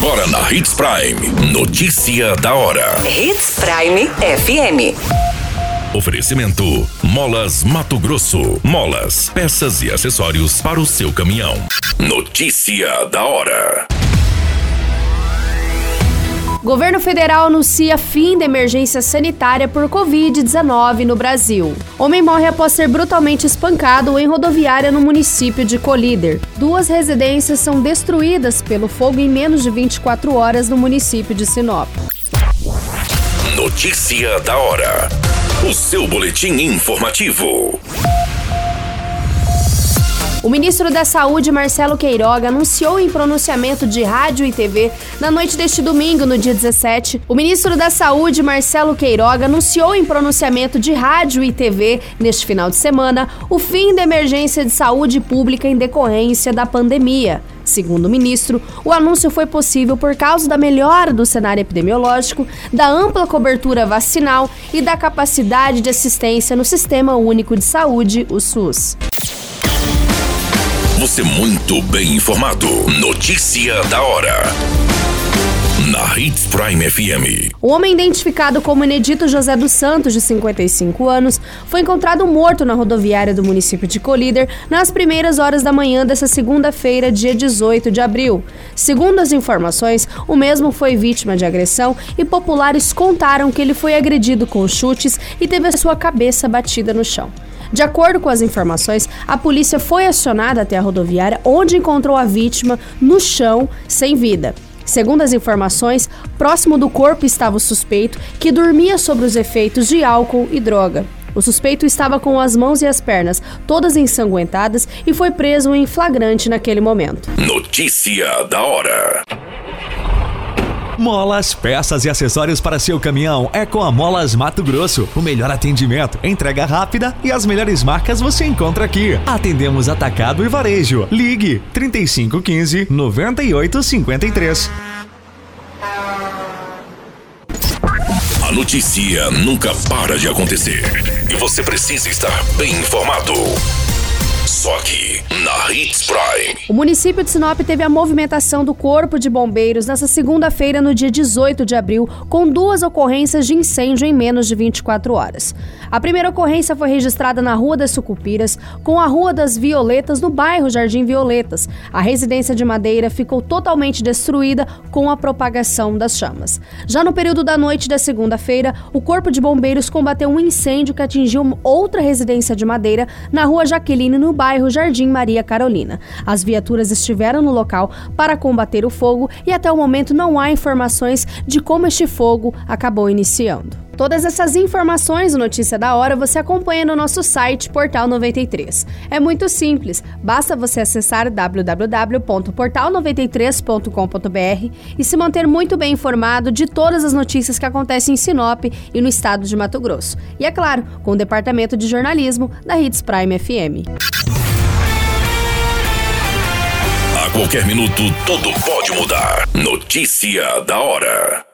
Agora na Hits Prime. Notícia da hora. Hits Prime FM. Oferecimento: Molas Mato Grosso. Molas, peças e acessórios para o seu caminhão. Notícia da hora. Governo federal anuncia fim da emergência sanitária por Covid-19 no Brasil. Homem morre após ser brutalmente espancado em rodoviária no município de Colíder. 2 residências são destruídas pelo fogo em menos de 24 horas no município de Sinop. Notícia da hora. O seu boletim informativo. O ministro da Saúde, Marcelo Queiroga, anunciou em pronunciamento de rádio e TV na noite deste domingo, no dia 17. O ministro da Saúde, Marcelo Queiroga, anunciou em pronunciamento de rádio e TV neste final de semana o fim da emergência de saúde pública em decorrência da pandemia. Segundo o ministro, o anúncio foi possível por causa da melhora do cenário epidemiológico, da ampla cobertura vacinal e da capacidade de assistência no Sistema Único de Saúde, o SUS. Você muito bem informado. Notícia da hora. Na Hits Prime FM. O homem identificado como Enedito José dos Santos, de 55 anos, foi encontrado morto na rodoviária do município de Colíder nas primeiras horas da manhã dessa segunda-feira, dia 18 de abril. Segundo as informações, o mesmo foi vítima de agressão e populares contaram que ele foi agredido com chutes e teve a sua cabeça batida no chão. De acordo com as informações, a polícia foi acionada até a rodoviária, onde encontrou a vítima no chão, sem vida. Segundo as informações, próximo do corpo estava o suspeito, que dormia sobre os efeitos de álcool e droga. O suspeito estava com as mãos e as pernas todas ensanguentadas e foi preso em flagrante naquele momento. Notícia da hora. Molas, peças e acessórios para seu caminhão é com a Molas Mato Grosso. O melhor atendimento, entrega rápida e as melhores marcas você encontra aqui. Atendemos atacado e varejo. Ligue 3515-9853. A notícia nunca para de acontecer e você precisa estar bem informado. Só aqui, na Hits Prime. O município de Sinop teve a movimentação do Corpo de Bombeiros nesta segunda-feira, no dia 18 de abril, com 2 ocorrências de incêndio em menos de 24 horas. A primeira ocorrência foi registrada na Rua das Sucupiras, com a Rua das Violetas, no bairro Jardim Violetas. A residência de madeira ficou totalmente destruída com a propagação das chamas. Já no período da noite da segunda-feira, o Corpo de Bombeiros combateu um incêndio que atingiu outra residência de madeira na Rua Jaqueline, no bairro Jardim Maria Carolina. As viaturas estiveram no local para combater o fogo e até o momento não há informações de como este fogo acabou iniciando. Todas essas informações, Notícia da Hora, você acompanha no nosso site Portal 93. É muito simples, basta você acessar www.portal93.com.br e se manter muito bem informado de todas as notícias que acontecem em Sinop e no estado de Mato Grosso. E é claro, com o departamento de jornalismo da Hits Prime FM. A qualquer minuto, tudo pode mudar. Notícia da hora.